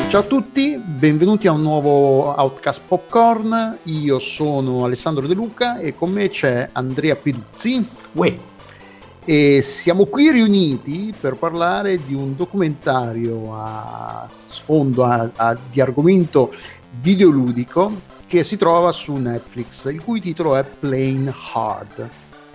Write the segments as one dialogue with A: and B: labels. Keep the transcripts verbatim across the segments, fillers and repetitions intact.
A: Ciao a tutti, benvenuti a un nuovo Outcast Popcorn. Io sono Alessandro De Luca e con me c'è Andrea Peduzzi.
B: Uè.
A: E siamo qui riuniti per parlare di un documentario a sfondo a, a, di argomento videoludico che si trova su Netflix, il cui titolo è Playing Hard.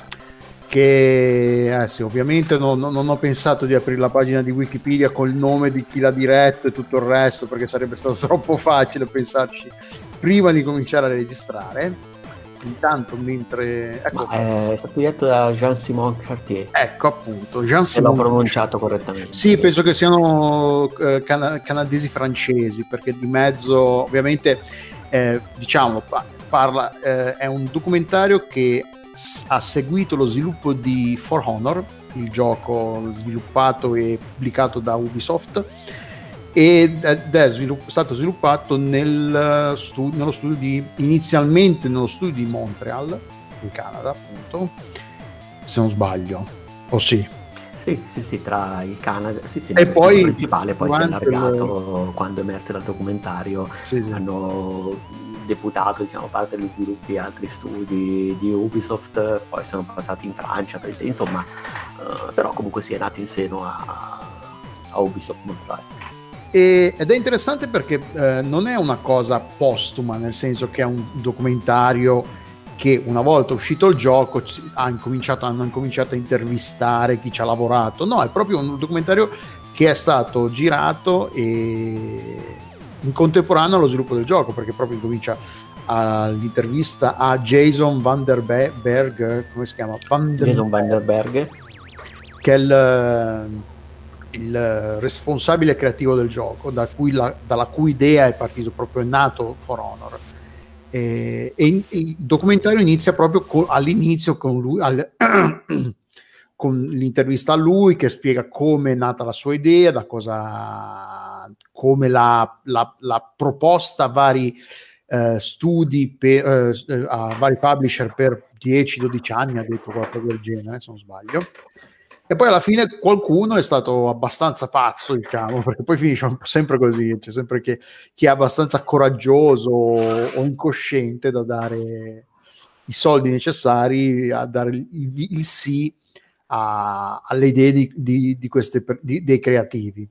A: Che eh sì, ovviamente non, non ho pensato di aprire la pagina di Wikipedia col nome di chi l'ha diretto e tutto il resto, perché sarebbe stato troppo facile pensarci prima di cominciare a registrare. Intanto mentre
B: ecco, Ma è stato diretto da Jean-Simon Cartier.
A: Ecco appunto, Jean-Simon.
B: Se l'ho pronunciato correttamente.
A: Sì, penso che siano eh, cana- canadesi francesi, perché di mezzo ovviamente eh, diciamo parla eh, è un documentario che ha seguito lo sviluppo di For Honor, il gioco sviluppato e pubblicato da Ubisoft, ed è svilupp- stato sviluppato nel stu- nello studio di inizialmente nello studio di Montreal in Canada, appunto, se non sbaglio, o sì
B: sì sì sì tra il Canada sì, sì,
A: e poi il
B: principale poi si è allargato lo... quando emerge dal documentario. Sì, sì. Hanno deputato, diciamo, parte degli sviluppi altri studi di Ubisoft, poi sono passati in Francia, per te, insomma, uh, però comunque si è nato in seno a, a Ubisoft Montreal.
A: E, ed è interessante perché eh, non è una cosa postuma, nel senso che è un documentario che una volta uscito il gioco ha incominciato, hanno incominciato a intervistare chi ci ha lavorato. No, è proprio un documentario che è stato girato e in contemporanea allo sviluppo del gioco, perché proprio incomincia all'intervista a Jason Vanderberg, come si chiama?
B: Vandenberg. Jason Vanderberg,
A: che è il, il responsabile creativo del gioco, da cui la, dalla cui idea è partito, proprio è nato For Honor. E, e in, il documentario inizia proprio con, all'inizio con lui al, con l'intervista a lui che spiega come è nata la sua idea, da cosa, come l'ha, l'ha, l'ha proposta a vari eh, studi per, eh, a vari publisher per dieci dodici anni, ha detto qualcosa del genere se non sbaglio. E poi alla fine qualcuno è stato abbastanza pazzo, diciamo, perché poi finisce un po' sempre così, c'è sempre chi, chi è abbastanza coraggioso o incosciente da dare i soldi necessari a dare il, il, il sì a, alle idee di, di, di queste, di, dei creativi.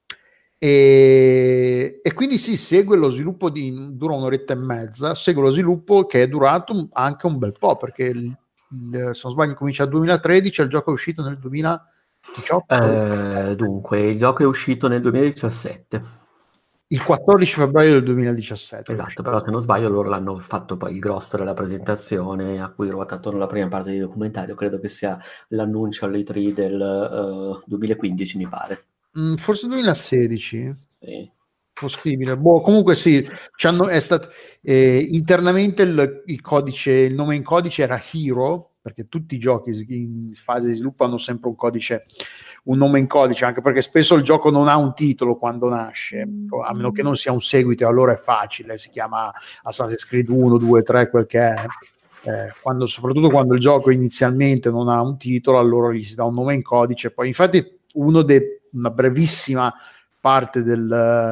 A: E, e quindi si sì, segue lo sviluppo di, dura un'oretta e mezza, segue lo sviluppo che è durato anche un bel po', perché il, il, se non sbaglio comincia nel duemilatredici, il gioco è uscito nel duemiladiciotto.
B: Eh, dunque, il gioco è uscito nel duemiladiciassette.
A: Il quattordici febbraio del duemiladiciassette.
B: Esatto, però se non sbaglio loro l'hanno fatto poi il grosso della presentazione a cui ruota attorno la prima parte del documentario, credo che sia l'annuncio all'E tre del uh, duemilaquindici, mi pare.
A: Mm, forse duemilasedici?
B: Sì.
A: Possibile. Boh, comunque sì, c'hanno, è stato, eh, internamente il, il codice, il nome in codice era Hero, perché tutti i giochi in fase di sviluppo hanno sempre un codice, un nome in codice, anche perché spesso il gioco non ha un titolo quando nasce, a meno che non sia un seguito, allora è facile, si chiama Assassin's Creed uno, due, tre, quel che è. Eh, quando, soprattutto quando il gioco inizialmente non ha un titolo, allora gli si dà un nome in codice. Poi infatti uno de, una brevissima parte del,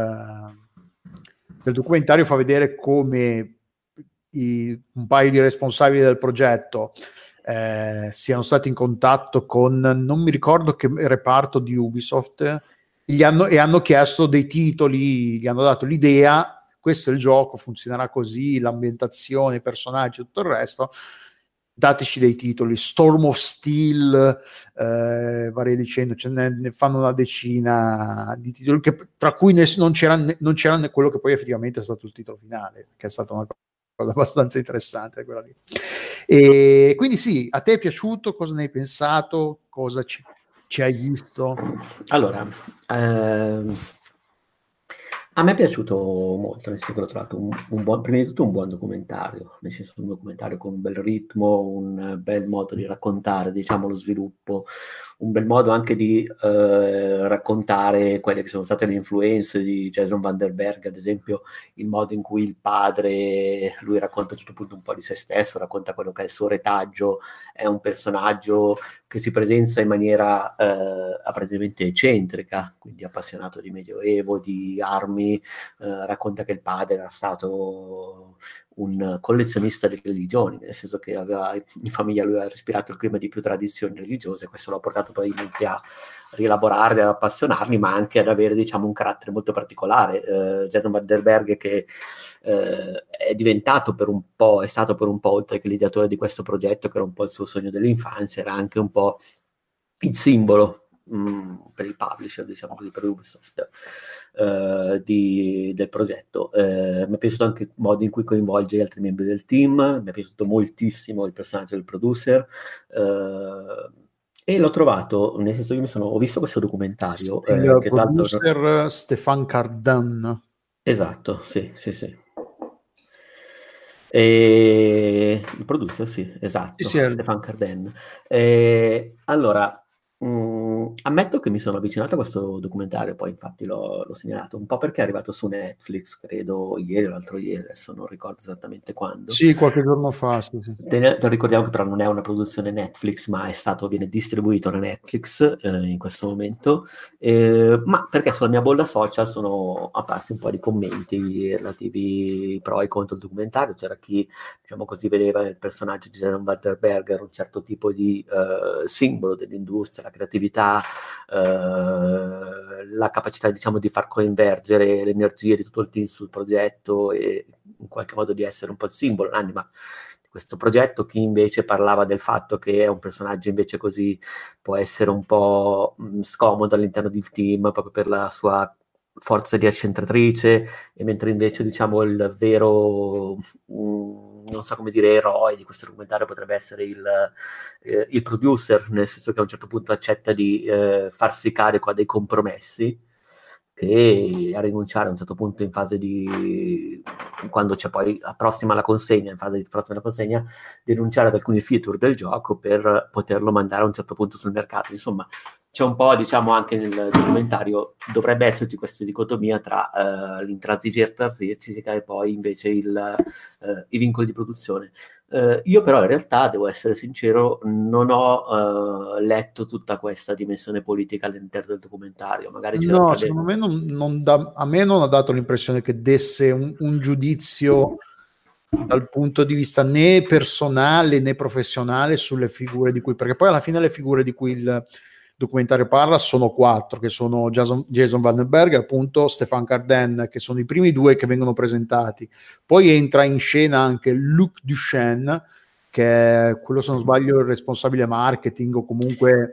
A: del documentario fa vedere come i, un paio di responsabili del progetto eh, siano stati in contatto con, non mi ricordo che reparto di Ubisoft, gli hanno, e hanno chiesto dei titoli, gli hanno dato l'idea, questo è il gioco, funzionerà così, l'ambientazione, i personaggi, tutto il resto, dateci dei titoli, Storm of Steel, eh, varie dicendo, ce ne, ne fanno una decina di titoli, che, tra cui ne, non, c'era, non c'era né quello che poi effettivamente è stato il titolo finale, che è stata una cosa abbastanza interessante quella lì. E quindi sì, a te è piaciuto? Cosa ne hai pensato? Cosa ci, ci hai visto?
B: Allora, ehm... a me è piaciuto molto, nel senso che l'ho trovato un, un buon, prima di tutto un buon documentario, nel senso un documentario con un bel ritmo, un bel modo di raccontare, diciamo, lo sviluppo, un bel modo anche di eh, raccontare quelle che sono state le influenze di Jason Vanderberg, ad esempio il modo in cui il padre, lui racconta a un certo punto un po' di se stesso, racconta quello che è il suo retaggio, è un personaggio che si presenza in maniera eh, apparentemente eccentrica, quindi appassionato di medioevo, di armi, anni, eh, racconta che il padre era stato un collezionista di religioni, nel senso che aveva, in famiglia lui aveva respirato il clima di più tradizioni religiose, questo l'ha portato probabilmente a rielaborarli, ad appassionarli, ma anche ad avere, diciamo, un carattere molto particolare. eh, Jason Van der Berg, che eh, è diventato per un po', è stato per un po', oltre che l'ideatore di questo progetto, che era un po' il suo sogno dell'infanzia, era anche un po' il simbolo mh, per il publisher, diciamo così, per Ubisoft, eh, di, del progetto. Eh, mi è piaciuto anche il modo in cui coinvolge gli altri membri del team, mi è piaciuto moltissimo il personaggio del producer, eh, e l'ho trovato, nel senso che mi sono, ho visto questo documentario,
A: Il
B: eh, che tra l'altro...
A: producer Stéphane Cardin.
B: Esatto, sì, sì, sì. E... il producer, sì, esatto,
A: Sì, sì, è-
B: Stéphane Cardin. E... allora, mh, ammetto che mi sono avvicinato a questo documentario, poi infatti l'ho, l'ho segnalato, un po' perché è arrivato su Netflix, credo ieri o l'altro ieri, adesso non ricordo esattamente quando.
A: sì, qualche giorno fa, sì, sì.
B: Te ne- te ricordiamo che però non è una produzione Netflix, ma è stato, viene distribuito da Netflix eh, in questo momento, eh, ma perché sulla mia bolla social sono apparsi un po' di commenti relativi pro e contro il documentario. C'era chi, diciamo così, vedeva il personaggio di Jason Walterberger un certo tipo di eh, simbolo dell'industria, la creatività, eh, la capacità, diciamo, di far coinvergere le energie di tutto il team sul progetto e in qualche modo di essere un po' il simbolo, l'anima questo progetto. Chi invece parlava del fatto che è un personaggio invece così può essere un po' mh, scomodo all'interno del team proprio per la sua forza di accentratrice, e mentre invece, diciamo, il vero mh, non so come dire eroe di questo documentario potrebbe essere il, eh, il producer, nel senso che a un certo punto accetta di eh, farsi carico a dei compromessi, che a rinunciare a un certo punto in fase di quando c'è poi prossima la consegna, in fase di prossima la consegna, di rinunciare ad alcuni feature del gioco per poterlo mandare a un certo punto sul mercato. Insomma, c'è un po', diciamo, anche nel documentario dovrebbe esserci questa dicotomia tra uh, l'intransigenza artistica e poi invece il, uh, i vincoli di produzione. Uh, io però in realtà, devo essere sincero, non ho uh, letto tutta questa dimensione politica all'interno del documentario. Magari c'era
A: No,
B: per
A: secondo me non, non dà- a me non ha dato l'impressione che desse un, un giudizio dal punto di vista né personale né professionale sulle figure di cui, perché poi alla fine le figure di cui il documentario parla sono quattro, che sono Jason, Jason Vandenberg, appunto Stéphane Cardin, che sono i primi due che vengono presentati. Poi entra in scena anche Luc Duchesne, che è quello, se non sbaglio, il responsabile marketing o comunque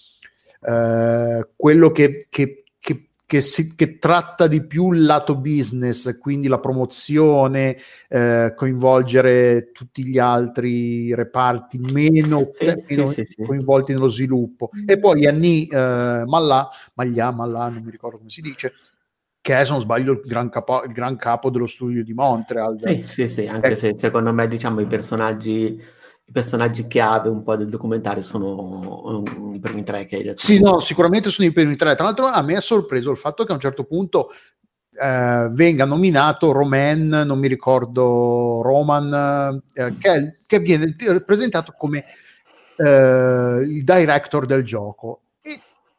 A: eh, quello che, che, che, che, si, che tratta di più il lato business, quindi la promozione, eh, coinvolgere tutti gli altri reparti meno,
B: sì,
A: meno
B: sì, sì, sì.
A: coinvolti nello sviluppo. E poi Annie eh, Mallà, Maglia, Mallà, non mi ricordo come si dice, che è, se non sbaglio, il gran capo, il gran capo dello studio di Montreal.
B: Sì, sì, sì, anche se secondo me, diciamo, i personaggi, i personaggi chiave un po' del documentario sono um, i primi tre che hai detto
A: Sì,
B: tu.
A: no, sicuramente sono i primi tre. Tra l'altro a me è sorpreso il fatto che a un certo punto eh, venga nominato Romain, non mi ricordo, Roman, eh, che, che viene presentato come eh, il director del gioco. E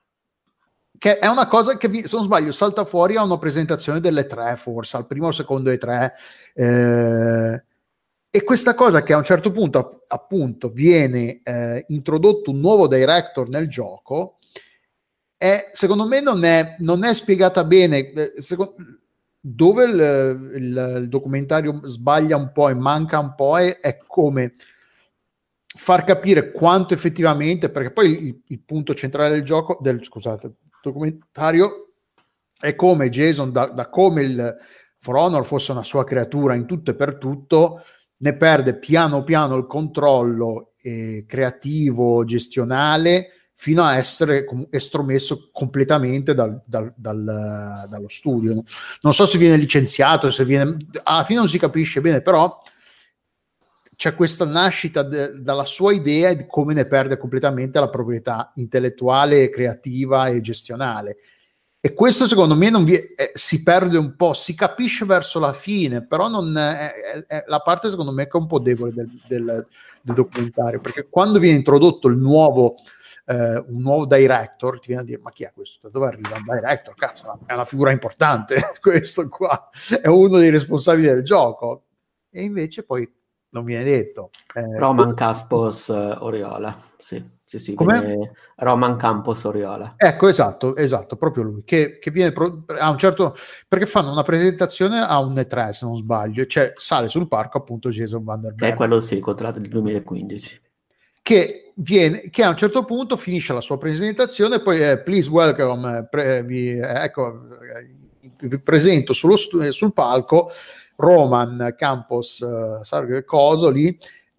A: che è una cosa che, se non sbaglio, salta fuori a una presentazione delle tre, forse al primo o secondo e tre. Eh, e questa cosa che a un certo punto, appunto, viene eh, introdotto un nuovo director nel gioco, è, secondo me non è, non è spiegata bene. Eh, secondo, dove il, il, il documentario sbaglia un po' e manca un po' è, è come far capire quanto effettivamente, perché poi il, il punto centrale del gioco, del, scusate, documentario, è come Jason, da, da come il For Honor fosse una sua creatura in tutto e per tutto, ne perde piano piano il controllo eh, creativo, gestionale, fino a essere com- estromesso completamente dal, dal, dal, dallo studio. Non so se viene licenziato, se viene, alla fine non si capisce bene, però c'è questa nascita de- dalla sua idea di come ne perde completamente la proprietà intellettuale, creativa e gestionale. E questo, secondo me, non vi- eh, si perde un po', si capisce verso la fine, però non è, è- è la parte, secondo me, che è un po' debole del, del- del documentario, perché quando viene introdotto il nuovo eh, un nuovo director, ti viene a dire: ma chi è questo? Da dove arriva? Un director? Cazzo, è una figura importante questo qua, è uno dei responsabili del gioco. E invece poi non viene detto. Eh,
B: Roman Campos uh, Oriola, sì, sì, sì, viene... Roman Campos Oriola.
A: Ecco, esatto, esatto, proprio lui, che, che viene pro- a un certo, perché fanno una presentazione a un E tre, se non sbaglio, cioè sale sul palco appunto Jason Van Der Berg.
B: Che è quello, sì, il contratto del duemilaquindici.
A: Che, viene, che a un certo punto finisce la sua presentazione e poi eh, please welcome, pre, vi, ecco, vi presento sullo stu- sul palco Roman Campos uh, Coso lì,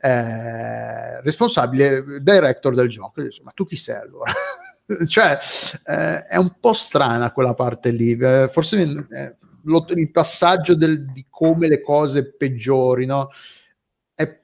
A: eh, responsabile director del gioco. Dice, ma tu chi sei allora? Cioè eh, è un po' strana quella parte lì, eh, forse eh, lo, il passaggio del, di come le cose peggiorino è,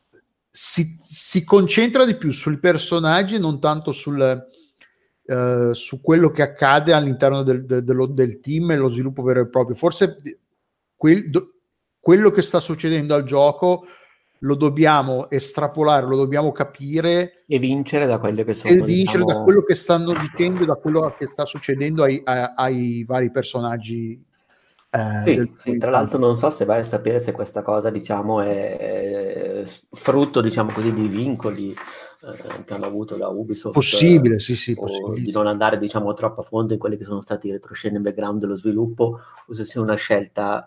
A: si, si concentra di più sui personaggi, non tanto sul, eh, su quello che accade all'interno del, del, dello, del team e lo sviluppo vero e proprio. Forse quel, do, quello che sta succedendo al gioco lo dobbiamo estrapolare, lo dobbiamo capire
B: e vincere da quelle che sono,
A: e vincere
B: diciamo...
A: da quello che stanno dicendo, da quello che sta succedendo ai, ai, ai vari personaggi. Eh,
B: Sì,
A: del
B: sì, tra l'altro non so se vai a sapere se questa cosa, diciamo, è, è frutto, diciamo così, di vincoli eh, che hanno avuto da Ubisoft,
A: possibile, sì, sì,
B: o di
A: possibile.
B: non andare, diciamo, troppo a fondo in quelli che sono stati i retroscena in background dello sviluppo, o se sia una scelta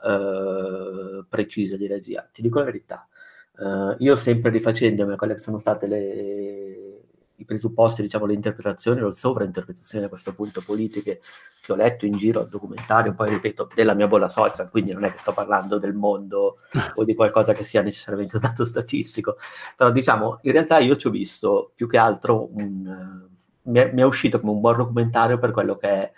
B: eh, precisa di regia. Ti dico la verità, eh, io sempre rifacendomi a quelle che sono state le... i presupposti, diciamo, le interpretazioni o le sovrainterpretazioni a questo punto politiche che ho letto in giro al documentario, poi ripeto, della mia bolla social, quindi non è che sto parlando del mondo o di qualcosa che sia necessariamente un dato statistico, però diciamo, in realtà io ci ho visto più che altro un... mi è, mi è uscito come un buon documentario per quello che è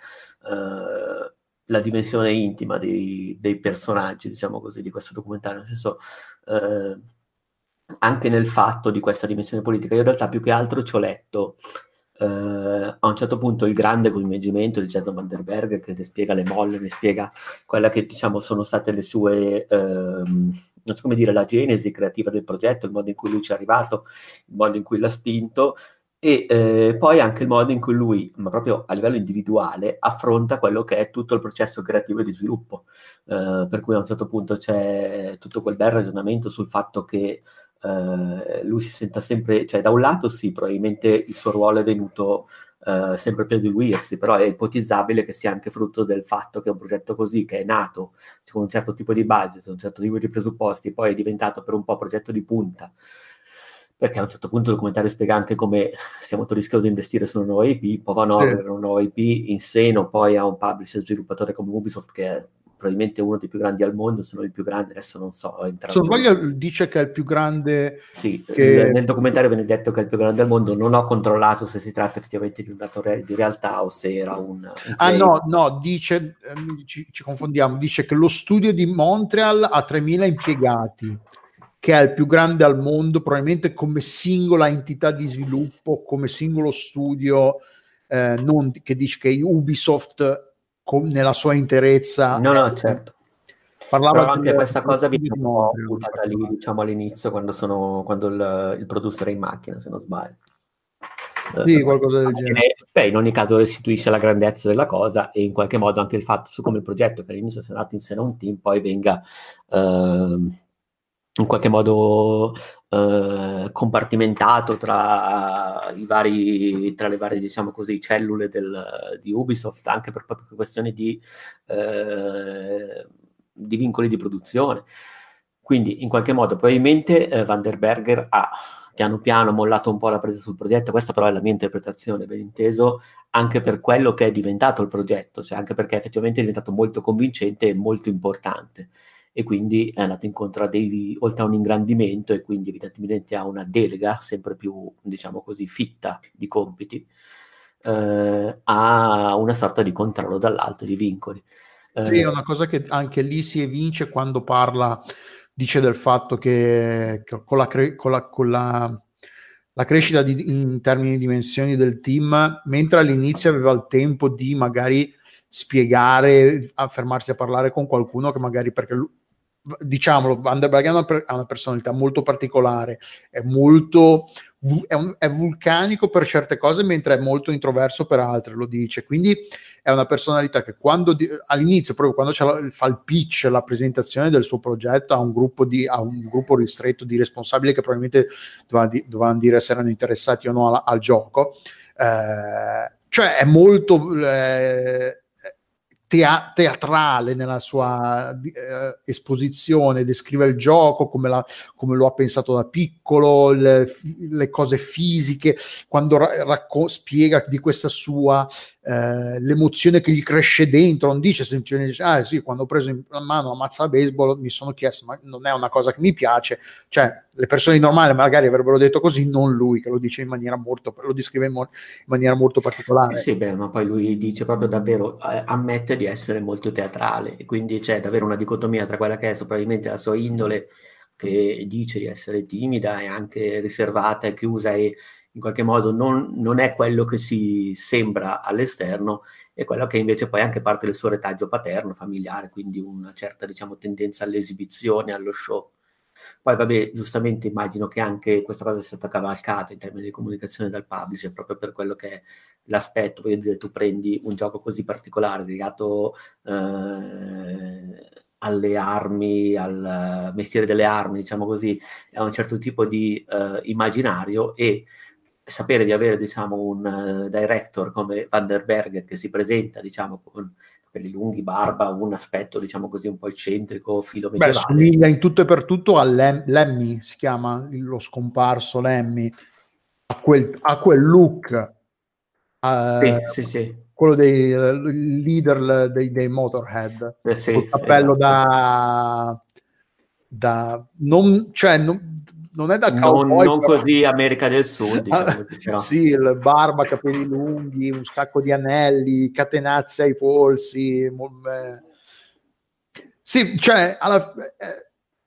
B: uh, la dimensione intima dei, dei personaggi, diciamo così, di questo documentario, nel senso... Uh, anche nel fatto di questa dimensione politica, io in realtà più che altro ci ho letto eh, a un certo punto il grande coinvolgimento di Jason Van Der Berg, che ne spiega le molle, ne spiega quella che diciamo sono state le sue, ehm, non so come dire, la genesi creativa del progetto, il modo in cui lui ci è arrivato, il modo in cui l'ha spinto, e eh, poi anche il modo in cui lui, ma proprio a livello individuale, affronta quello che è tutto il processo creativo e di sviluppo, eh, per cui a un certo punto c'è tutto quel bel ragionamento sul fatto che Uh, lui si senta sempre, cioè da un lato sì, probabilmente il suo ruolo è venuto uh, sempre più a diluirsi, però è ipotizzabile che sia anche frutto del fatto che un progetto così, che è nato con un certo tipo di budget, un certo tipo di presupposti, poi è diventato per un po' progetto di punta, perché a un certo punto il documentario spiega anche come sia molto rischioso investire su una nuova I P, poi vanno
A: Sì.
B: a avere una nuova I P in seno poi a un publisher sviluppatore come Ubisoft, che è probabilmente uno dei più grandi al mondo, se non il più grande, adesso non so.
A: Se non sbaglio dice che è il più grande.
B: Sì,
A: Che...
B: nel documentario viene detto che è il più grande al mondo, non ho controllato se si tratta effettivamente di un dato re- di realtà o se era un, un
A: Ah
B: claim.
A: no, no, dice, eh, ci, ci confondiamo, dice che lo studio di Montreal ha tremila impiegati, che è il più grande al mondo, probabilmente come singola entità di sviluppo, come singolo studio, eh, non che dice che Ubisoft con, nella sua interezza.
B: No, no, certo.
A: Parlava
B: Però
A: del,
B: anche questa
A: dello
B: cosa
A: studio
B: viene
A: di
B: un po'
A: Montreal.
B: buttata lì, diciamo, all'inizio, quando, sono, quando il, il producer è in macchina, se non sbaglio.
A: Sì, qualcosa del genere.
B: Beh, in ogni caso restituisce la grandezza della cosa e in qualche modo anche il fatto su come il progetto, che all'inizio sia nato in seno a un team, poi venga eh, in qualche modo eh, compartimentato tra, i vari, tra le varie, diciamo così, cellule del, di Ubisoft, anche per proprio questioni di, eh, di vincoli di produzione. Quindi in qualche modo probabilmente eh, Van der Berger ha piano piano mollato un po' la presa sul progetto, questa però è la mia interpretazione, ben inteso, anche per quello che è diventato il progetto, cioè anche perché effettivamente è diventato molto convincente e molto importante, e quindi è andato incontro a dei, oltre a un ingrandimento e quindi evidentemente a una delega sempre più, diciamo così, fitta di compiti, eh, a una sorta di controllo dall'alto di vincoli.
A: Sì, è una cosa che anche lì si evince quando parla, dice del fatto che, che con, la, cre- con, la, con la, la crescita di, in termini di dimensioni del team, mentre all'inizio aveva il tempo di magari spiegare, a fermarsi a parlare con qualcuno che magari perché lui, diciamolo, Van der Berg ha una, ha una personalità molto particolare, è molto è, un, è vulcanico per certe cose, mentre è molto introverso per altre, lo dice, quindi è una personalità che quando di, all'inizio, proprio quando la, fa il pitch, la presentazione del suo progetto a un gruppo, di, a un gruppo ristretto di responsabili che probabilmente dovevano, di, dovevano dire se erano interessati o no al, al gioco, eh, cioè è molto eh, Tea- teatrale nella sua eh, esposizione, descrive il gioco come, la, come lo ha pensato da piccolo, le, le cose fisiche, quando ra- racco- spiega di questa sua eh, l'emozione che gli cresce dentro, non dice semplicemente ah sì, quando ho preso in mano la mazza da baseball mi sono chiesto ma non è una cosa che mi piace, cioè le persone normali magari avrebbero detto così, non lui che lo dice in maniera molto, lo descrive in, mo- in maniera molto particolare.
B: Sì, sì, beh, ma poi lui dice proprio davvero, eh, ammette di essere molto teatrale, e quindi c'è davvero una dicotomia tra quella che è probabilmente la sua indole, che dice di essere timida e anche riservata e chiusa, e in qualche modo non, non è quello che si sembra all'esterno, e quello che invece poi è anche parte del suo retaggio paterno, familiare, quindi una certa, diciamo, tendenza all'esibizione, allo show. Poi vabbè, giustamente immagino che anche questa cosa sia stata cavalcata in termini di comunicazione dal publisher, proprio per quello che è l'aspetto. Voglio dire, tu prendi un gioco così particolare, legato eh, alle armi, al mestiere delle armi, diciamo così, a un certo tipo di eh, immaginario, e sapere di avere, diciamo, un uh, director come Van der Berg che si presenta, diciamo, con capelli lunghi, barba, un aspetto, diciamo così, un po' eccentrico, filo
A: Beh,
B: medievale.
A: somiglia in tutto e per tutto a Lem- Lemmy, si chiama lo scomparso Lemmy, a quel, a quel look, eh,
B: Sì, sì, sì.
A: quello dei il leader dei, dei Motorhead,
B: Eh,
A: col
B: sì,
A: cappello
B: esatto.
A: da, da non, cioè, non, non è da
B: Non,
A: cowboy,
B: non
A: però.
B: così America del Sud, diciamo
A: Ah,
B: così, però.
A: sì, il barba, capelli lunghi, un sacco di anelli, catenazze ai polsi. mo- eh. Sì, cioè, alla, eh,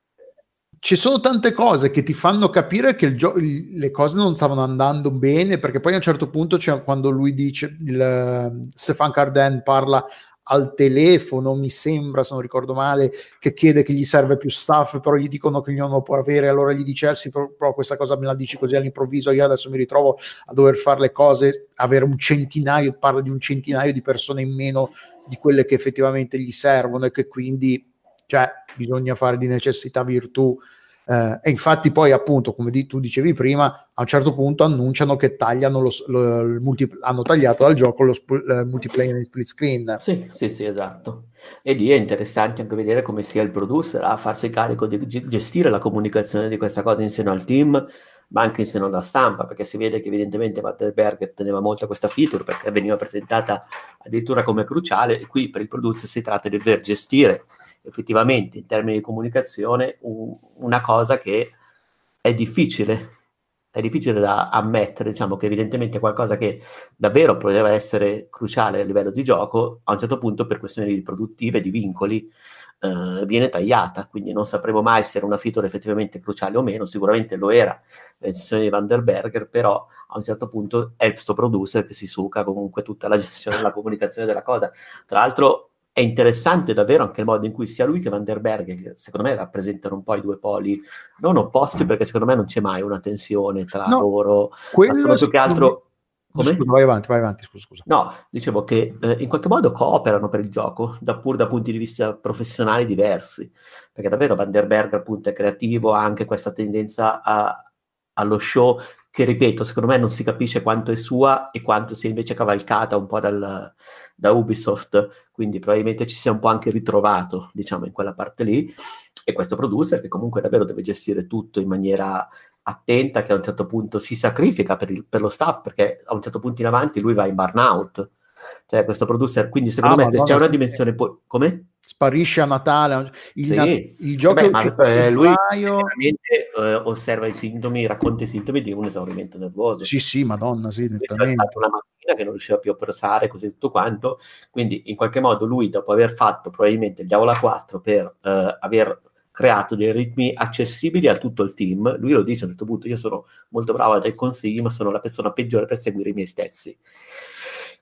A: ci sono tante cose che ti fanno capire che il gio- il- le cose non stavano andando bene, perché poi a un certo punto c'è quando lui dice, il, eh, Stefan Carden parla al telefono, mi sembra, se non ricordo male, che chiede che gli serve più staff, però gli dicono che non lo può avere, allora gli dice, "Eh sì, però, però questa cosa me la dici così all'improvviso, io adesso mi ritrovo a dover fare le cose, avere un centinaio, parla di un centinaio di persone in meno di quelle che effettivamente gli servono, e che quindi, cioè, bisogna fare di necessità virtù." Eh, e infatti poi, appunto, come di, tu dicevi prima, a un certo punto annunciano che tagliano lo, lo, il multi, hanno tagliato dal gioco lo sp- eh, multiplayer in split screen.
B: Sì, sì, sì, esatto. E lì è interessante anche vedere come sia il producer a farsi carico di ge- gestire la comunicazione di questa cosa in seno al team, ma anche in seno alla stampa, perché si vede che evidentemente Matterberg teneva molto a questa feature, perché veniva presentata addirittura come cruciale, e qui per il producer si tratta di dover gestire effettivamente in termini di comunicazione un- una cosa che è difficile. È difficile da ammettere, diciamo, che evidentemente è qualcosa che davvero poteva essere cruciale a livello di gioco, a un certo punto per questioni produttive, di vincoli, eh, viene tagliata, quindi non sapremo mai se era una feature effettivamente cruciale o meno. Sicuramente lo era la decisione di Van der Berger, però a un certo punto è questo producer che si suca comunque tutta la gestione e la comunicazione della cosa. Tra l'altro è interessante davvero anche il modo in cui sia lui che Van der Berger, che secondo me rappresentano un po' i due poli non opposti, perché secondo me non c'è mai una tensione tra
A: No,
B: loro, ma
A: quello
B: sono più che
A: secondo me...
B: altro...
A: Scusa,
B: Come?
A: vai avanti, vai avanti, scusa, scusa.
B: No, dicevo che eh, in qualche modo cooperano per il gioco, da pur da punti di vista professionali diversi, perché davvero Van der Berg appunto è creativo, ha anche questa tendenza a- allo show, che ripeto, secondo me non si capisce quanto è sua e quanto sia invece cavalcata un po' dal, da Ubisoft, quindi probabilmente ci sia un po' anche ritrovato, diciamo, in quella parte lì, e questo producer che comunque davvero deve gestire tutto in maniera attenta, che a un certo punto si sacrifica per, il, per lo staff, perché a un certo punto in avanti lui va in burnout, cioè questo producer, quindi secondo
A: Ah,
B: me se c'è
A: Madonna,
B: una
A: sì.
B: dimensione po- come?
A: Sparisce a Natale, il, na-
B: Sì,
A: il
B: e
A: gioco è
B: beh, ma
A: uscito a
B: eh, lui
A: febbraio.
B: veramente eh, osserva i sintomi, racconta i sintomi di un esaurimento nervoso.
A: Sì, sì, Madonna, sì,
B: Lui si è alzato
A: nettamente.
B: una mattina che non riusciva più a posare, così tutto quanto, quindi in qualche modo lui, dopo aver fatto probabilmente il Diavola quattro per eh, aver creato dei ritmi accessibili a tutto il team, lui lo dice a un certo punto: io sono molto bravo a dare consigli, ma sono la persona peggiore per seguire i miei stessi.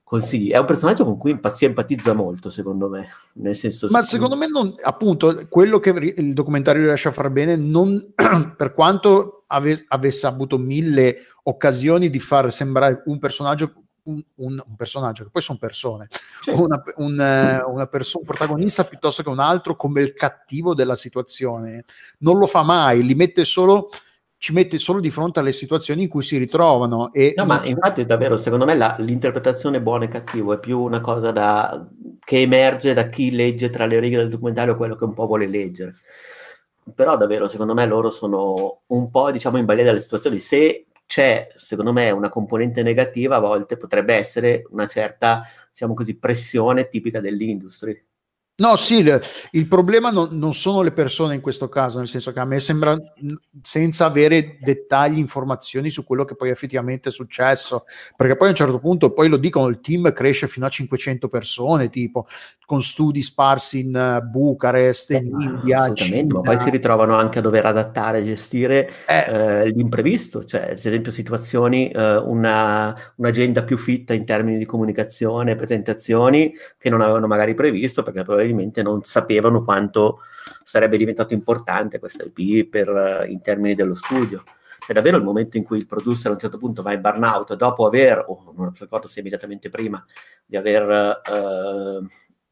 B: consigli. È un personaggio con cui si empatizza molto, secondo me, nel senso...
A: Ma secondo me non, appunto, quello che il documentario riesce a fare bene, non, per quanto ave, avesse avuto mille occasioni di far sembrare un personaggio un, un, un personaggio, che poi sono persone,
B: sì.
A: una, un, una persona, un protagonista piuttosto che un altro come il cattivo della situazione, non lo fa mai, li mette solo, ci mette solo di fronte alle situazioni in cui si ritrovano. E
B: no, ma infatti davvero, secondo me la, l'interpretazione buono e cattivo è più una cosa da, che emerge da chi legge tra le righe del documentario quello che un po' vuole leggere. Però davvero, secondo me, loro sono un po', diciamo, in balia delle situazioni. Se c'è, secondo me, una componente negativa, a volte potrebbe essere una certa, diciamo così, pressione tipica dell'industry.
A: No, sì, il, il problema non, non sono le persone in questo caso, nel senso che a me sembra, senza avere dettagli, informazioni su quello che poi effettivamente è successo, perché poi a un certo punto, poi lo dicono, il team cresce fino a cinquecento persone, tipo, con studi sparsi in uh, Bucarest,
B: Eh,
A: in
B: ma
A: India,
B: assolutamente,
A: Cina.
B: ma poi si ritrovano anche a dover adattare, gestire
A: Eh,
B: eh, l'imprevisto, cioè ad esempio situazioni, eh, una, un'agenda più fitta in termini di comunicazione, presentazioni che non avevano magari previsto perché probabilmente non sapevano quanto sarebbe diventato importante questa I P per, uh, in termini dello studio. È davvero il momento in cui il producer a un certo punto va in burnout dopo aver, o non ricordo se immediatamente prima, di aver uh,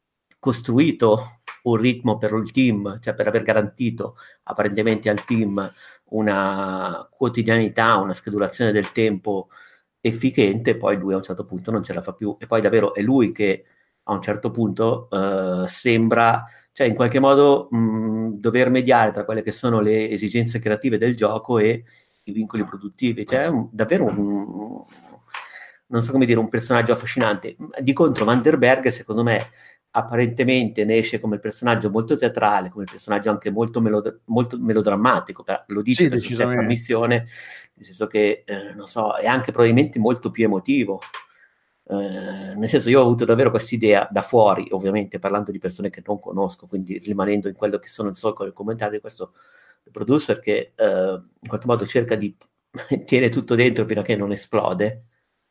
B: costruito un ritmo per il team, cioè per aver garantito apparentemente al team una quotidianità, una schedulazione del tempo efficiente, poi lui a un certo punto non ce la fa più e poi davvero è lui che a un certo punto eh, sembra, cioè in qualche modo mh, dover mediare tra quelle che sono le esigenze creative del gioco e i vincoli produttivi, cioè è un, davvero un, non so come dire, un personaggio affascinante. Di contro Van der Berg secondo me apparentemente ne esce come il personaggio molto teatrale, come il personaggio anche molto, melod- molto melodrammatico, per, lo dice
A: sì,
B: per sua stessa
A: decisamente.
B: ammissione, nel senso che, eh, non so, è anche probabilmente molto più emotivo. Eh, nel senso, io ho avuto davvero questa idea da fuori, ovviamente parlando di persone che non conosco, quindi rimanendo in quello che sono il solco del commentario di questo producer che eh, in qualche modo cerca di tiene tutto dentro fino a che non esplode,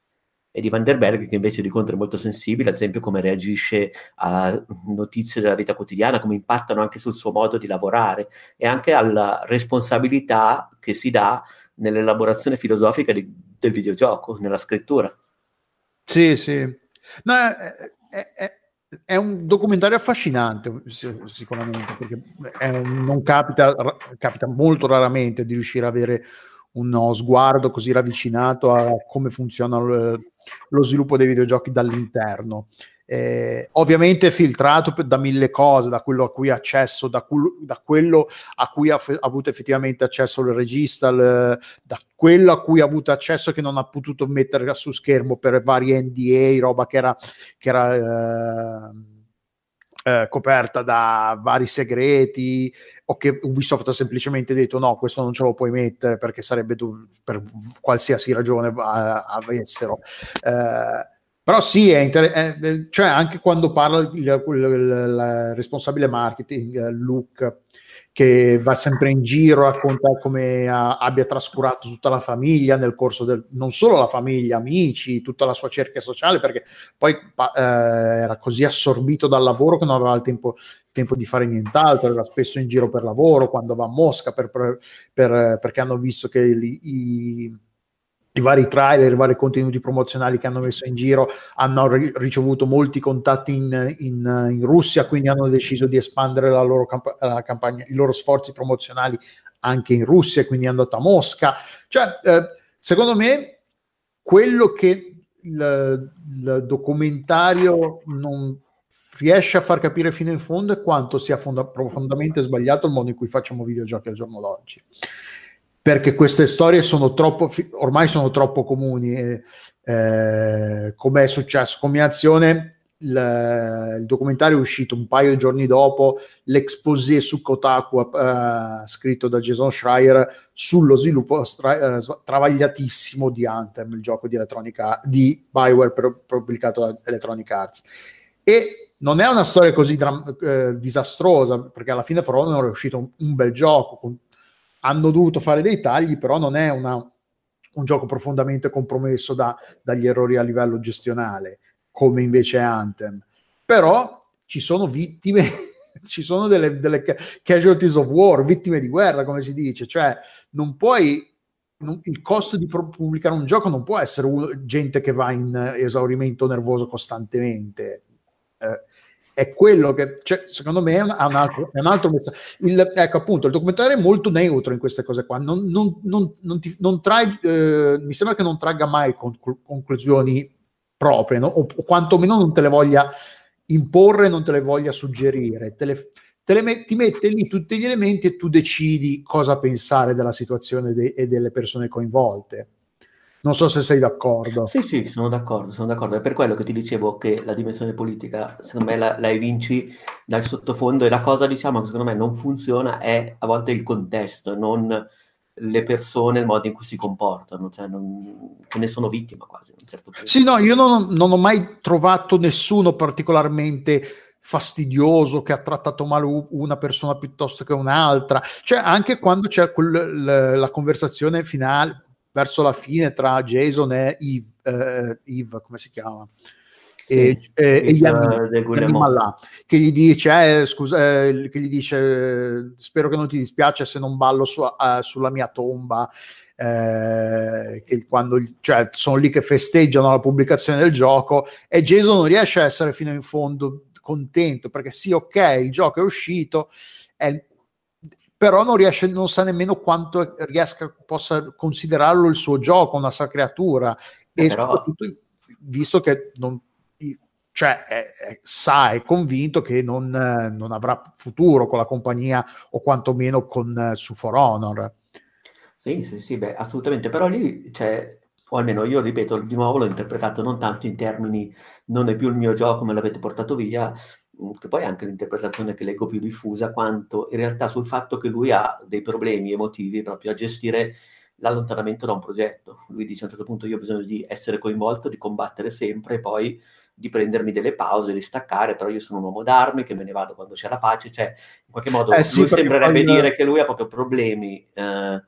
B: e di Van der Berg che invece di contro è molto sensibile, ad esempio come reagisce a notizie della vita quotidiana, come impattano anche sul suo modo di lavorare e anche alla responsabilità che si dà nell'elaborazione filosofica di, del videogioco, nella scrittura.
A: Sì, sì. No, è, è- è- è un documentario affascinante, sì, sicuramente, perché è un- non capita, ra- capita molto raramente di riuscire ad avere uno sguardo così ravvicinato a come funziona lo, lo sviluppo dei videogiochi dall'interno. Eh, ovviamente filtrato per- da mille cose, da quello a cui ha accesso, da, cul- da quello a cui ha, fe- ha avuto effettivamente accesso il regista, il- da quello a cui ha avuto accesso che non ha potuto mettere su schermo per vari N D A, roba che era, che era eh, eh, coperta da vari segreti, o che Ubisoft ha semplicemente detto no, questo non ce lo puoi mettere perché sarebbe dov- per qualsiasi ragione a- avessero. Eh, però sì, è inter- è- cioè anche quando parla il, il- il- il responsabile marketing, eh, Luke, che va sempre in giro, racconta come ha- abbia trascurato tutta la famiglia nel corso del, non solo la famiglia, amici, tutta la sua cerchia sociale, perché poi pa- eh, era così assorbito dal lavoro che non aveva il tempo, tempo di fare nient'altro, era spesso in giro per lavoro, quando va a Mosca, per, per, per- perché hanno visto che li- i, i vari trailer, i vari contenuti promozionali che hanno messo in giro hanno ri- ricevuto molti contatti in, in, in Russia, quindi hanno deciso di espandere la loro camp- la campagna, i loro sforzi promozionali anche in Russia, quindi è andato a Mosca. Cioè, eh, secondo me, quello che il, il documentario non riesce a far capire fino in fondo è quanto sia fonda- profondamente sbagliato il modo in cui facciamo videogiochi al giorno d'oggi, perché queste storie sono troppo, ormai sono troppo comuni. Eh, eh, come è successo, come azione, il, il documentario è uscito un paio di giorni dopo l'exposé su Kotaku eh, scritto da Jason Schreier sullo sviluppo stra- eh, travagliatissimo di Anthem, il gioco di, Electronic, di Bioware per, pubblicato da Electronic Arts. E non è una storia così dram- eh, disastrosa, perché alla fine For Honor è uscito un, un bel gioco, con, hanno dovuto fare dei tagli, però non è una, un gioco profondamente compromesso da, dagli errori a livello gestionale. come invece Anthem, però ci sono vittime, ci sono delle, delle casualties of war, vittime di guerra, come si dice, cioè non puoi, non, il costo di pubblicare un gioco non può essere uno, gente che va in esaurimento nervoso costantemente. Eh, è quello che, cioè, secondo me è un, un altro, è un altro il, ecco appunto il documentario è molto neutro in queste cose qua, non, non, non, non, ti, non trai, eh, mi sembra che non tragga mai conclu- conclusioni proprie, no? o, o quantomeno non te le voglia imporre, non te le voglia suggerire, te le, te le met, ti mette lì tutti gli elementi e tu decidi cosa pensare della situazione de, e delle persone coinvolte. Non so se sei d'accordo.
B: Sì, sì, sono d'accordo, sono d'accordo. È per quello che ti dicevo che la dimensione politica, secondo me, la, la evinci dal sottofondo, e la cosa, diciamo, che secondo me non funziona è a volte il contesto, non le persone, il modo in cui si comportano, cioè non, che ne sono vittima quasi a un certo punto.
A: Sì, no, io non, non ho mai trovato nessuno particolarmente fastidioso che ha trattato male una persona piuttosto che un'altra, cioè anche quando c'è quel, la, la conversazione finale verso la fine tra Jason e Eve, eh, Eve come si chiama? E,
B: Sì,
A: e, e
B: del
A: Yanni Mallà, che gli dice, eh, scusa, eh, che gli dice eh, spero che non ti dispiace se non ballo su, uh, sulla mia tomba. Eh, che quando, cioè, sono lì che festeggiano la pubblicazione del gioco e Jason non riesce a essere fino in fondo contento, perché sì, ok, il gioco è uscito, è, però non riesce, non sa nemmeno quanto riesca, possa considerarlo il suo gioco, una sua creatura,
B: eh,
A: e
B: però...
A: soprattutto visto che non, cioè, è, è, sa, è convinto che non, non avrà futuro con la compagnia o quantomeno con su For Honor.
B: Sì, sì, sì, beh, assolutamente, però lì, cioè, o almeno io, ripeto, di nuovo l'ho interpretato non tanto in termini non è più il mio gioco, me l'avete portato via, che poi è anche l'interpretazione che leggo più diffusa, quanto in realtà sul fatto che lui ha dei problemi emotivi proprio a gestire l'allontanamento da un progetto. Lui dice a un certo punto io ho bisogno di essere coinvolto, di combattere sempre e poi di prendermi delle pause, di staccare, però io sono un uomo d'armi che me ne vado quando c'è la pace, cioè in qualche modo
A: eh sì,
B: lui sembrerebbe
A: poi...
B: dire che lui ha proprio problemi eh,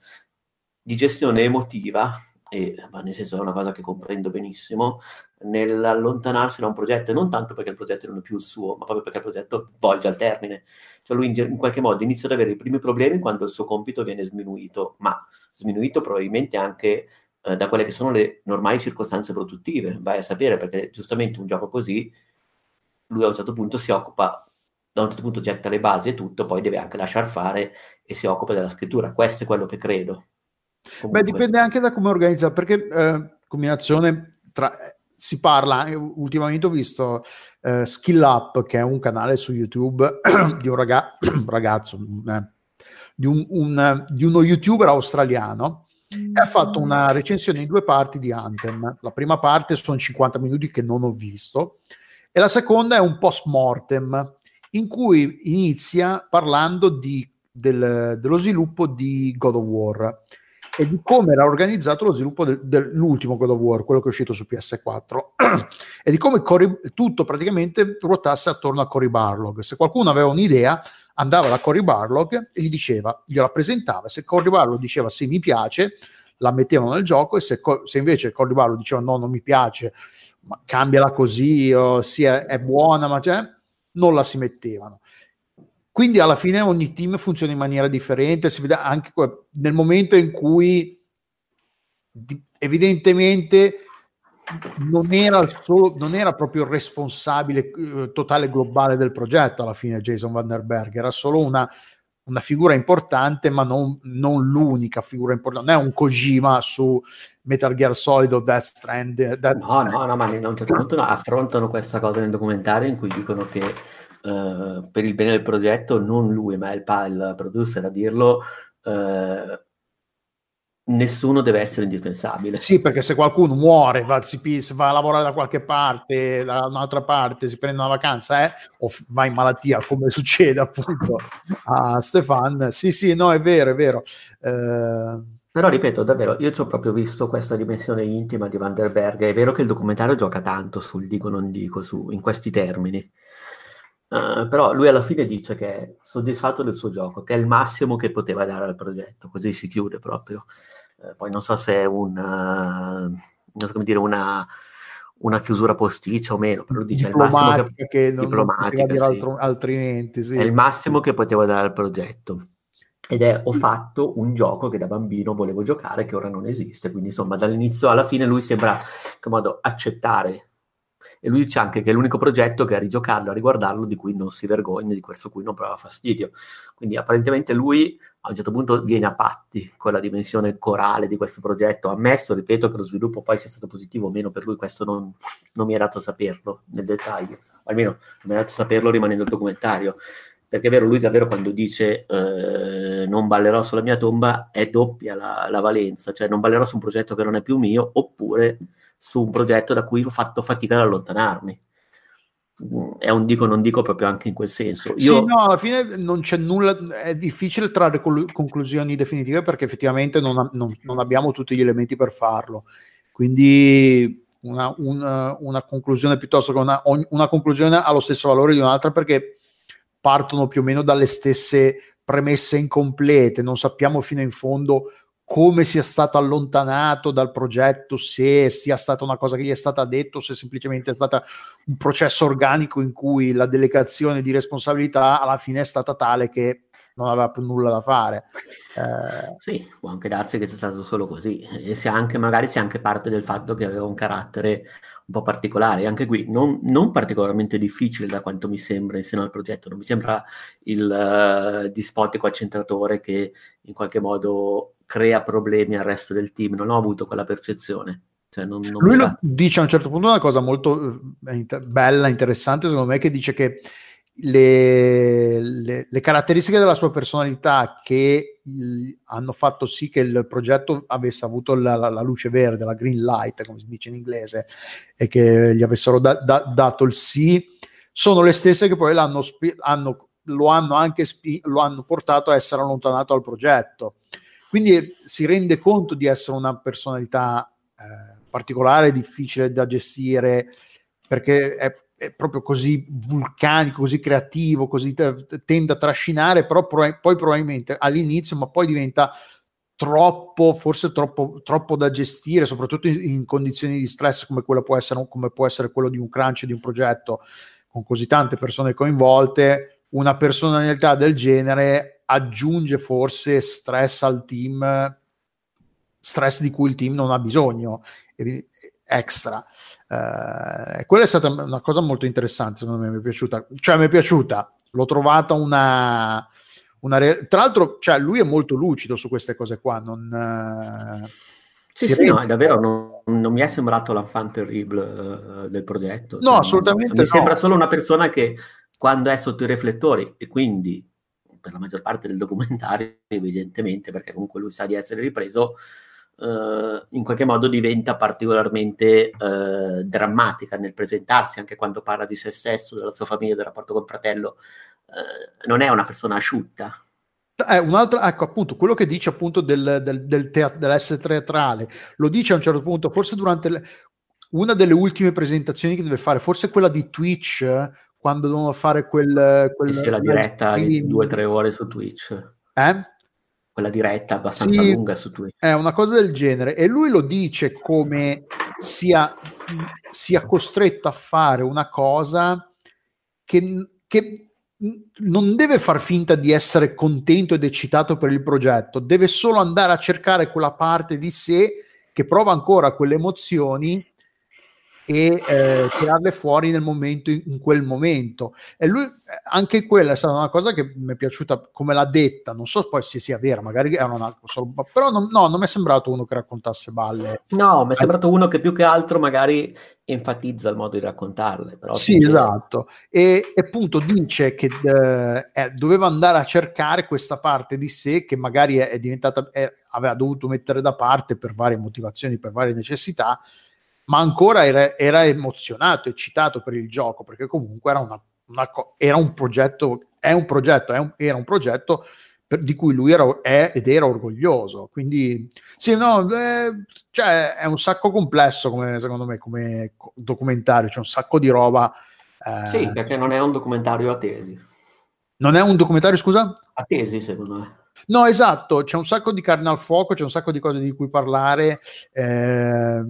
B: di gestione emotiva, e ma nel senso è una cosa che comprendo benissimo, nell'allontanarsi da un progetto, e non tanto perché il progetto non è più il suo, ma proprio perché il progetto volge al termine. Cioè lui in, in qualche modo inizia ad avere i primi problemi quando il suo compito viene sminuito, ma sminuito probabilmente anche eh, da quelle che sono le normali circostanze produttive, vai a sapere, perché giustamente un gioco così, lui a un certo punto si occupa, da un certo punto getta le basi e tutto, poi deve anche lasciar fare e si occupa della scrittura. Questo è quello che credo.
A: Beh,
B: Comunque.
A: dipende anche da come organizza, perché eh, combinazione tra... Si parla, eh, ultimamente ho visto eh, Skill Up, che è un canale su YouTube di un raga- ragazzo, eh, di, un, un, di uno YouTuber australiano, e ha fatto una recensione in due parti di Anthem. La prima parte sono cinquanta minuti che non ho visto, e la seconda è un post mortem in cui inizia parlando di, del, dello sviluppo di God of War e di come era organizzato lo sviluppo del, dell'ultimo God of War, quello che è uscito su P S quattro, e di come Cory, tutto praticamente ruotasse attorno a Cory Barlog. Se qualcuno aveva un'idea, andava da Cory Barlog e gli diceva, gliela presentava, se Cory Barlog diceva sì, mi piace, la mettevano nel gioco, e se, se invece Cory Barlog diceva no, non mi piace, ma cambiala così, o sì, è, è buona, ma cioè, non la si mettevano. Quindi alla fine ogni team funziona in maniera differente, si vede anche nel momento in cui evidentemente non era, solo, non era proprio il responsabile eh, totale globale del progetto alla fine Jason Vandenberg, era solo una, una figura importante, ma non, non l'unica figura importante, non è un Kojima su Metal Gear Solid o Death Strand. Death
B: No,
A: Strand.
B: no, no, ma a un certo punto no, affrontano questa cosa nel documentario in cui dicono che eh, per il bene del progetto, non lui, ma il, il producer a dirlo, eh, nessuno deve essere indispensabile.
A: Sì, perché se qualcuno muore, va, si, va a lavorare da qualche parte, da un'altra parte, si prende una vacanza eh, o va in malattia, come succede appunto a Stefan. Sì, sì, no, è vero, è vero. Eh...
B: Però ripeto, davvero, io ci ho proprio visto questa dimensione intima di Vandenberg. È vero che il documentario gioca tanto sul dico non dico, su, in questi termini. Uh, però lui alla fine dice che è soddisfatto del suo gioco, che è il massimo che poteva dare al progetto, così si chiude proprio. Uh, poi non so se è un, uh, non so come dire, una, una chiusura posticcia o meno, però dice è il massimo che,
A: che non, non poteva dire
B: sì.
A: altro, altrimenti sì.
B: È il massimo che potevo dare al progetto. Ed è ho fatto un gioco che da bambino volevo giocare, che ora non esiste, quindi insomma dall'inizio alla fine lui sembra in qualche modo accettare, e lui dice anche che è l'unico progetto che a rigiocarlo, a riguardarlo, di cui non si vergogna, di questo cui non prova fastidio. Quindi apparentemente lui a un certo punto viene a patti con la dimensione corale di questo progetto, ammesso, ripeto, che lo sviluppo poi sia stato positivo o meno per lui, questo non, non mi è dato saperlo nel dettaglio, almeno non mi è dato saperlo rimanendo il documentario, perché è vero, lui davvero quando dice eh, non ballerò sulla mia tomba è doppia la, la valenza, cioè non ballerò su un progetto che non è più mio, oppure su un progetto da cui ho fatto fatica ad allontanarmi. È un dico non dico proprio anche in quel senso. Io...
A: Sì, no, alla fine non c'è nulla, è difficile trarre col- conclusioni definitive perché effettivamente non, ha- non, non abbiamo tutti gli elementi per farlo, quindi una, una, una conclusione piuttosto che una, una conclusione ha lo stesso valore di un'altra perché partono più o meno dalle stesse premesse incomplete, non sappiamo fino in fondo come sia stato allontanato dal progetto, se sia stata una cosa che gli è stata detto, se semplicemente è stato un processo organico in cui la delegazione di responsabilità alla fine è stata tale che non aveva più nulla da fare. Eh...
B: Sì, può anche darsi che sia stato solo così, e sia anche, magari sia anche parte del fatto che aveva un carattere un po' particolare, anche qui non, non particolarmente difficile da quanto mi sembra in seno al progetto, non mi sembra il uh, dispotico accentratore che in qualche modo crea problemi al resto del team, non ho avuto quella percezione. Cioè non, non
A: Lui
B: era...
A: lo dice a un certo punto una cosa molto eh, inter- bella, interessante secondo me, che dice che le, le, le caratteristiche della sua personalità che il, hanno fatto sì che il progetto avesse avuto la, la, la luce verde, la green light, come si dice in inglese, e che gli avessero da, da, dato il sì, sono le stesse che poi l'hanno, hanno, lo hanno anche spi- lo hanno portato a essere allontanato dal progetto. Quindi si rende conto di essere una personalità eh, particolare, difficile da gestire, perché è, è proprio così vulcanico, così creativo, così te, tende a trascinare, però pro- poi probabilmente all'inizio, ma poi diventa troppo, forse troppo, troppo da gestire, soprattutto in, in condizioni di stress come quello può essere, come può essere quello di un crunch di un progetto con così tante persone coinvolte. Una personalità del genere aggiunge forse stress al team, stress di cui il team non ha bisogno, extra. Uh, quella è stata una cosa molto interessante, secondo me mi è piaciuta, cioè mi è piaciuta, l'ho trovata una, una re- tra l'altro, cioè lui è molto lucido su queste cose qua, non uh,
B: sì sì no, è davvero non, non mi è sembrato l'enfant terrible uh, del progetto,
A: no,
B: cioè,
A: assolutamente
B: mi sembra
A: no.
B: solo una persona che quando è sotto i riflettori, e quindi per la maggior parte del documentario evidentemente, perché comunque lui sa di essere ripreso, Uh, in qualche modo diventa particolarmente uh, drammatica nel presentarsi, anche quando parla di se stesso, della sua famiglia, del rapporto col fratello. Uh, non è una persona asciutta.
A: È un'altra, ecco appunto quello che dice appunto del, del, del teat- dell'essere teatrale, lo dice a un certo punto, forse durante le, una delle ultime presentazioni che deve fare, forse quella di Twitch, quando devono fare quel, quel
B: sì, sì, la diretta di due o tre ore su Twitch.
A: Eh?
B: Quella diretta abbastanza
A: Sì,
B: lunga su Twitch.
A: è una cosa del genere, e lui lo dice come sia, sia costretto a fare una cosa che, che non deve far finta di essere contento ed eccitato per il progetto, deve solo andare a cercare quella parte di sé che prova ancora quelle emozioni e eh, tirarle fuori nel momento, in, in quel momento. E lui, anche quella è stata una cosa che mi è piaciuta come l'ha detta, non so poi se sia vera, magari era una solo, però non, no, non mi è sembrato uno che raccontasse balle.
B: No, mi è sembrato uno che più che altro magari enfatizza il modo di raccontarle, però
A: Sì,
B: dice...
A: esatto, e, e appunto dice che eh, eh, doveva andare a cercare questa parte di sé che magari è, è diventata, è, aveva dovuto mettere da parte per varie motivazioni, per varie necessità, ma ancora era, era emozionato, eccitato per il gioco, perché comunque era, una, una, era un progetto, è un progetto, è un, era un progetto per, di cui lui era, è ed era orgoglioso. Quindi sì, no, eh, cioè è un sacco complesso, come, secondo me, come documentario, c'è un sacco di roba. Eh,
B: sì, perché non è un documentario a tesi.
A: Non è un documentario, scusa?
B: A tesi, secondo me.
A: No, esatto, c'è un sacco di carne al fuoco, c'è un sacco di cose di cui parlare. Eh,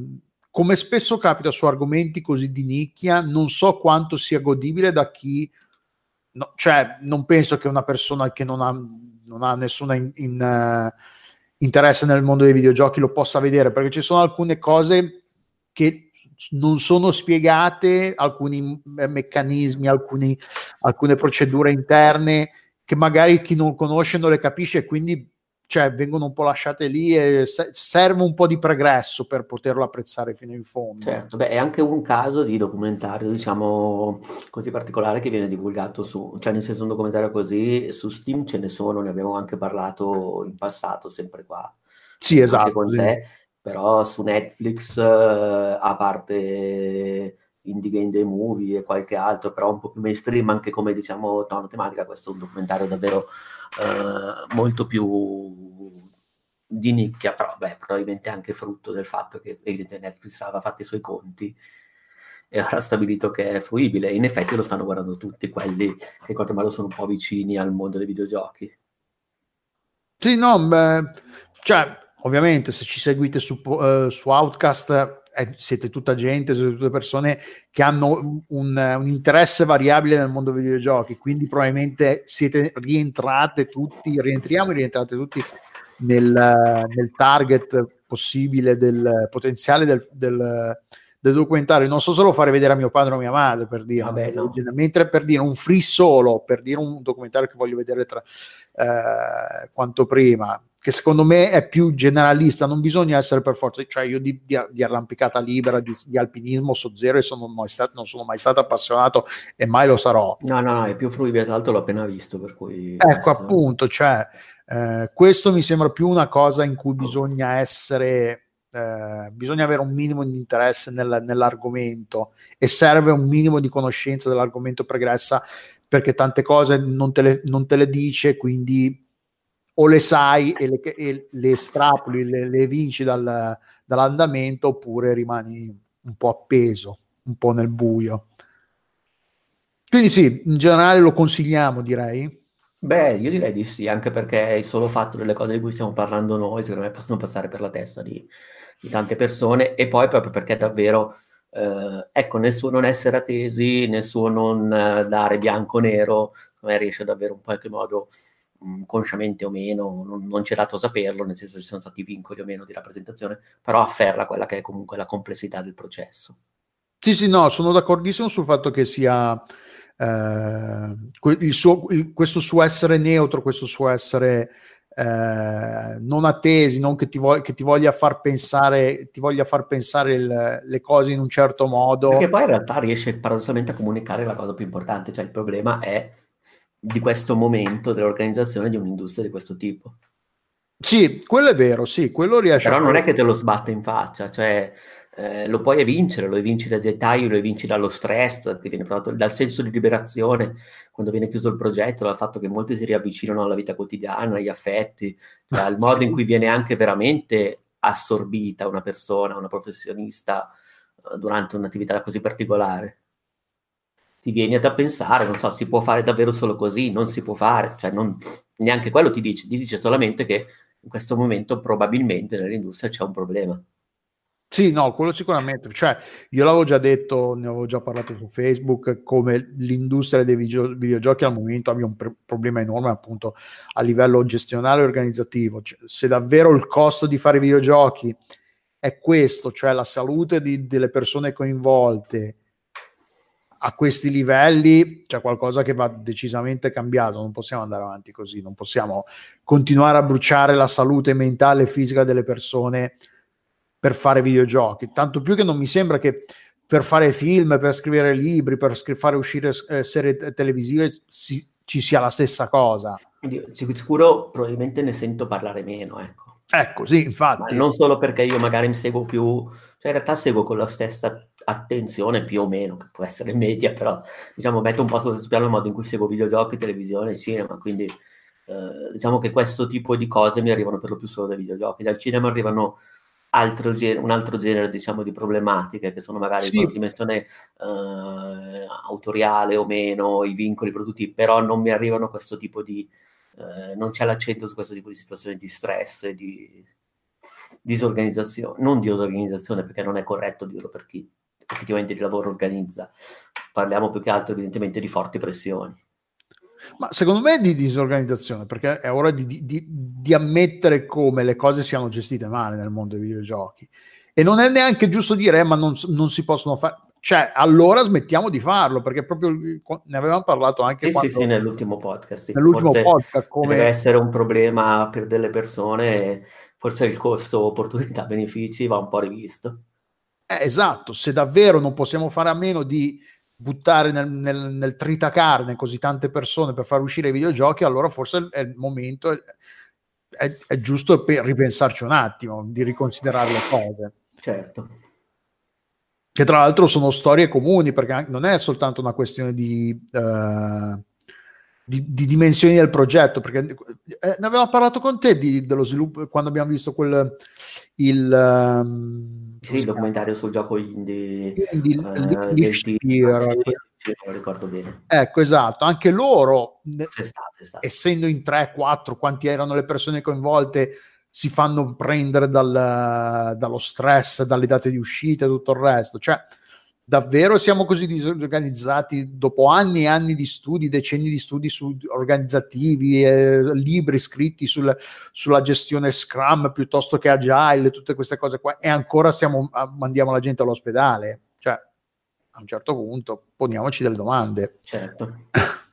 A: come spesso capita su argomenti così di nicchia, non so quanto sia godibile da chi, no, cioè non penso che una persona che non ha, non ha nessun in, in, uh, interesse nel mondo dei videogiochi lo possa vedere, perché ci sono alcune cose che non sono spiegate, alcuni meccanismi, alcuni, alcune procedure interne che magari chi non conosce non le capisce, e quindi cioè, vengono un po' lasciate lì e serve un po' di pregresso per poterlo apprezzare fino in fondo.
B: Certo, beh, è anche un caso di documentario, diciamo, così particolare che viene divulgato su, cioè nel senso un documentario così, su Steam ce ne sono, ne abbiamo anche parlato in passato, sempre qua,
A: sì,
B: eh,
A: esatto,
B: anche con
A: sì.
B: te, però su Netflix, eh, a parte Indie Game Day Movie e qualche altro, però un po' più mainstream, anche come diciamo tono tematica, questo è un documentario davvero eh, molto più di nicchia, però beh, probabilmente anche frutto del fatto che Netflix aveva fatto i suoi conti e ha stabilito che è fruibile. In effetti lo stanno guardando tutti quelli che in qualche modo sono un po' vicini al mondo dei videogiochi.
A: Sì, no, beh, cioè, ovviamente se ci seguite su, uh, su Outcast eh, siete tutta gente, siete tutte persone che hanno un, un interesse variabile nel mondo dei videogiochi, quindi probabilmente siete rientrate tutti, rientriamo e rientrate tutti nel, nel target possibile del potenziale del, del, del documentario. Non so solo fare vedere a mio padre o a mia madre, per dire,
B: Vabbè, no.
A: mentre per dire un free solo, per dire un documentario che voglio vedere tra eh, quanto prima, che secondo me è più generalista, non bisogna essere per forza, cioè io di, di, di arrampicata libera, di, di alpinismo so zero e sono mai stato, non sono mai stato appassionato e mai lo sarò.
B: No, no, no, è più fruibile, tra l'altro l'ho appena visto, per cui...
A: Ecco, appunto, cioè, eh, questo mi sembra più una cosa in cui bisogna essere, eh, bisogna avere un minimo di interesse nel, nell'argomento e serve un minimo di conoscenza dell'argomento pregressa, perché tante cose non te le, non te le dice, quindi o le sai e le, e le estrapoli, le, le vinci dal, dall'andamento, oppure rimani un po' appeso, un po' nel buio. Quindi sì, in generale lo consigliamo, direi.
B: Beh, io direi di sì, anche perché il solo fatto delle cose di cui stiamo parlando noi, secondo me, possono passare per la testa di, di tante persone, e poi proprio perché davvero, eh, ecco, nel suo non essere attesi, nel suo non eh, dare bianco-nero, secondo me riesce davvero in qualche modo, mh, consciamente o meno, non, non c'è dato saperlo, nel senso ci sono stati vincoli o meno di rappresentazione, però afferra quella che è comunque la complessità del processo.
A: Sì, sì, no, sono d'accordissimo sul fatto che sia eh, il suo, il, questo suo essere neutro, questo suo essere eh, non attesi, non che ti, vo- che ti voglia far pensare, ti voglia far pensare il, le cose in un certo modo.
B: Perché poi in realtà riesce paradossalmente a comunicare la cosa più importante, cioè il problema è di questo momento dell'organizzazione di un'industria di questo tipo.
A: Sì, quello è vero, sì, quello riesce a
B: Però non
A: fare.
B: è che te lo sbatte in faccia, cioè eh, lo puoi vincere, lo vinci dai dettagli, lo vinci dallo stress che viene provato, dal senso di liberazione quando viene chiuso il progetto, dal fatto che molti si riavvicinano alla vita quotidiana, agli affetti, dal modo in
A: Sì.
B: cui viene anche veramente assorbita una persona, una professionista eh, durante un'attività così particolare. Ti viene da pensare, non so, si può fare davvero solo così, non si può fare, cioè non, neanche quello ti dice, ti dice solamente che in questo momento probabilmente nell'industria c'è un problema.
A: Sì, no, quello sicuramente. Cioè, io l'avevo già detto, ne avevo già parlato su Facebook, come l'industria dei video- videogiochi al momento abbia un pr- problema enorme appunto a livello gestionale e organizzativo. Cioè, se davvero il costo di fare videogiochi è questo, cioè la salute di- delle persone coinvolte a questi livelli, c'è qualcosa che va decisamente cambiato. Non possiamo andare avanti così, non possiamo continuare a bruciare la salute mentale e fisica delle persone per fare videogiochi, tanto più che non mi sembra che per fare film, per scrivere libri, per scri- fare uscire eh, serie t- televisive si- ci sia la stessa cosa.
B: Quindi sic- sicuro probabilmente ne sento parlare meno, ecco.
A: Ecco, sì,
B: Ma
A: infatti.
B: non solo perché io magari mi seguo più, cioè in realtà seguo con la stessa attenzione più o meno, che può essere media, però diciamo metto un po' sullo stesso piano il modo in cui seguo videogiochi, televisione, cinema, quindi eh, diciamo che questo tipo di cose mi arrivano per lo più solo dai videogiochi. Dal cinema arrivano altro gen- un altro genere, diciamo, di problematiche, che sono magari
A: Sì,
B: una dimensione eh, autoriale o meno, i vincoli produttivi, però non mi arrivano questo tipo di, eh, non c'è l'accento su questo tipo di situazioni di stress e di disorganizzazione, non disorganizzazione perché non è corretto dirlo per chi effettivamente il lavoro organizza, parliamo più che altro evidentemente di forti pressioni.
A: Ma secondo me è di disorganizzazione, perché è ora di, di, di ammettere come le cose siano gestite male nel mondo dei videogiochi. E non è neanche giusto dire, eh, ma non, non si possono fare. Cioè, allora smettiamo di farlo, perché proprio ne avevamo parlato anche
B: sì,
A: quando,
B: sì, sì, nell'ultimo podcast. Sì.
A: nell'ultimo
B: Forse
A: podcast, come...
B: deve essere un problema per delle persone, forse il costo opportunità-benefici va un po' rivisto.
A: Eh, esatto, se davvero non possiamo fare a meno di buttare nel, nel, nel tritacarne così tante persone per far uscire i videogiochi, allora forse è il momento, è, è, è giusto per ripensarci un attimo, di riconsiderare le cose.
B: Certo.
A: Che tra l'altro sono storie comuni, perché non è soltanto una questione di, uh, di, di dimensioni del progetto, perché eh, ne avevamo parlato con te di, dello sviluppo quando abbiamo visto quel il, um,
B: sì, il documentario sul gioco indie,
A: Indie,
B: eh, del team, sì, sì, lo ricordo bene.
A: Ecco, esatto, anche loro,
B: È stato, è stato.
A: essendo in tre quattro, quanti erano le persone coinvolte, si fanno prendere dal, dallo stress, dalle date di uscita e tutto il resto. Cioè, davvero siamo così disorganizzati dopo anni e anni di studi, decenni di studi su, organizzativi, eh, libri scritti sul, sulla gestione Scrum piuttosto che Agile, tutte queste cose qua, e ancora siamo, mandiamo la gente all'ospedale. Cioè, a un certo punto poniamoci delle domande.
B: Certo.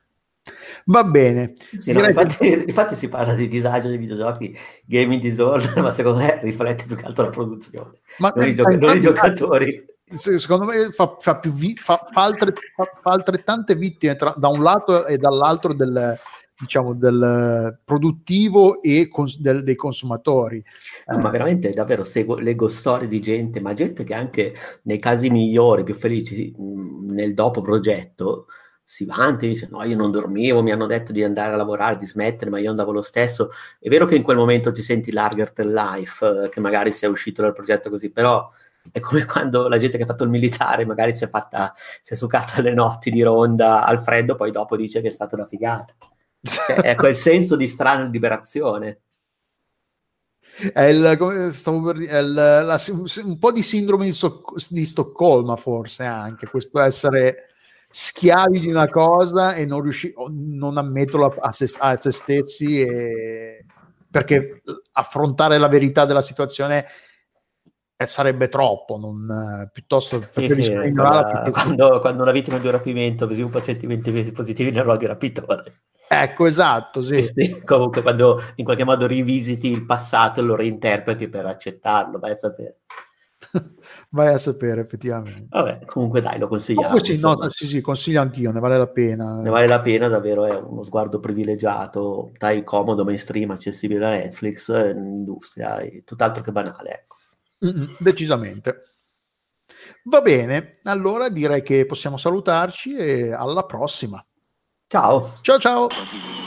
A: Va bene.
B: Sì, no, infatti, che... infatti si parla di disagio dei videogiochi, gaming disorder, ma secondo me riflette più che altro la produzione, ma non, eh, i, gioc- non i giocatori.
A: Secondo me fa, fa, più vi- fa, fa, altre, fa, fa altrettante vittime tra, da un lato e dall'altro del, diciamo, del produttivo e cons- del, dei consumatori.
B: No, ma veramente davvero seguo, leggo storie di gente, ma gente che anche nei casi migliori, più felici, mh, nel dopo progetto, si vanta e dice no, io non dormivo, mi hanno detto di andare a lavorare, di smettere, ma io andavo lo stesso. È vero che in quel momento ti senti larger than life, eh, che magari sei uscito dal progetto così, però è come quando la gente che ha fatto il militare magari si è fatta, si è succata le notti di ronda al freddo, poi dopo dice che è stata una figata. Cioè, è quel senso di strana liberazione.
A: È, il, stavo per dire, è il, la, un po' di sindrome di, so, di Stoccolma, forse anche questo essere schiavi di una cosa e non riuscire, non ammetterlo a se, a se stessi, e, perché affrontare la verità della situazione sarebbe troppo, non, piuttosto
B: sì, sì, quella,
A: perché...
B: quando, quando una vittima di un rapimento sviluppa sentimenti positivi nel ruolo di rapitore.
A: Ecco, esatto, sì.
B: Sì, sì. Comunque quando in qualche modo rivisiti il passato e lo reinterpreti per accettarlo, vai a sapere.
A: Vai a sapere, effettivamente.
B: Vabbè, comunque dai, lo consigliamo.
A: Sì, no, sì, sì, consiglio anch'io, ne vale la pena.
B: Ne vale la pena, davvero, è uno sguardo privilegiato, dai, comodo, mainstream, accessibile da Netflix, in industria, è tutt'altro che banale, ecco.
A: Mm-mm, decisamente. Va bene, allora direi che possiamo salutarci e alla prossima.
B: Ciao.
A: Ciao ciao.